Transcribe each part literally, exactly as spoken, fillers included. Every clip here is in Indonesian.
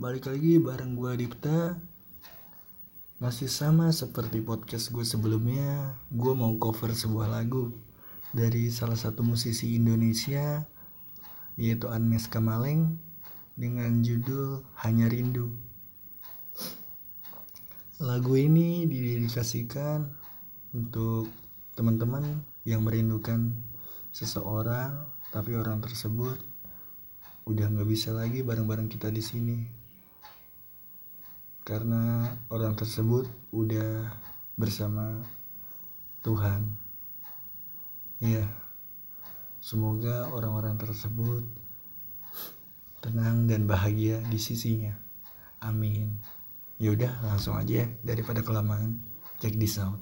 balik lagi bareng gue Dipta. Masih sama seperti podcast gue sebelumnya, gue mau cover sebuah lagu dari salah satu musisi Indonesia, yaitu Anmes Kamaleng, dengan judul Hanya Rindu. Lagu ini didedikasikan untuk teman-teman yang merindukan seseorang, tapi orang tersebut udah nggak bisa lagi bareng-bareng kita di sini karena orang tersebut udah bersama Tuhan. Ya, semoga orang-orang tersebut tenang dan bahagia di sisinya. Amin. Yaudah, langsung aja ya, daripada kelamaan. Check this out.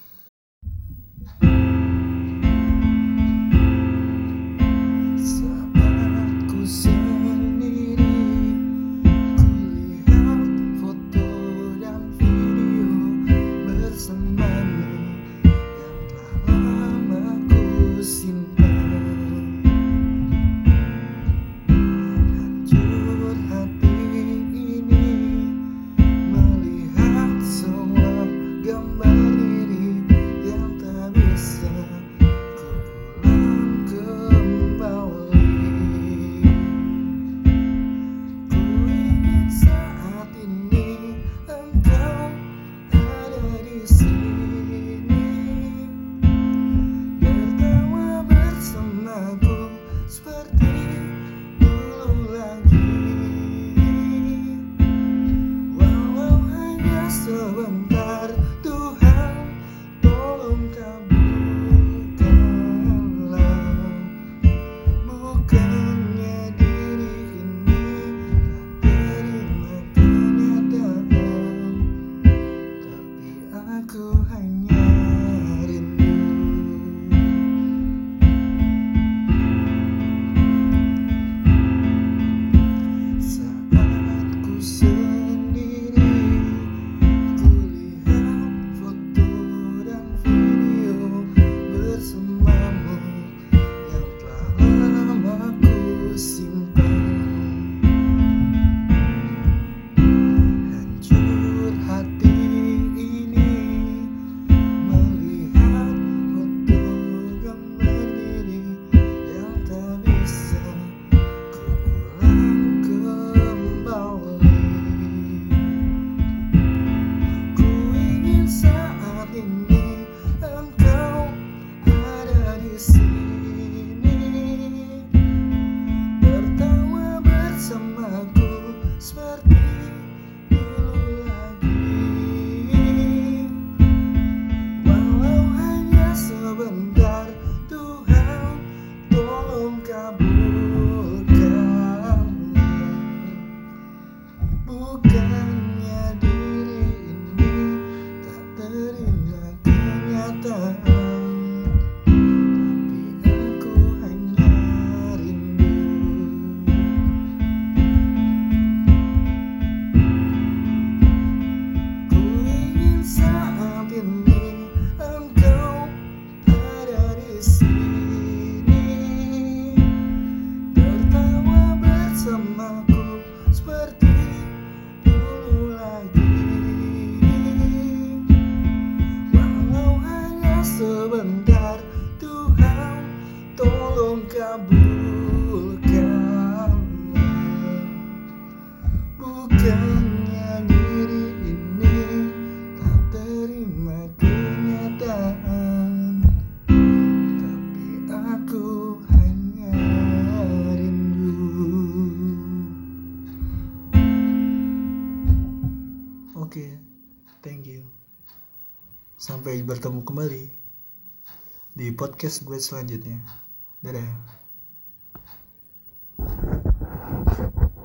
Oke, okay, thank you. Sampai bertemu kembali di podcast gue selanjutnya. Dadah.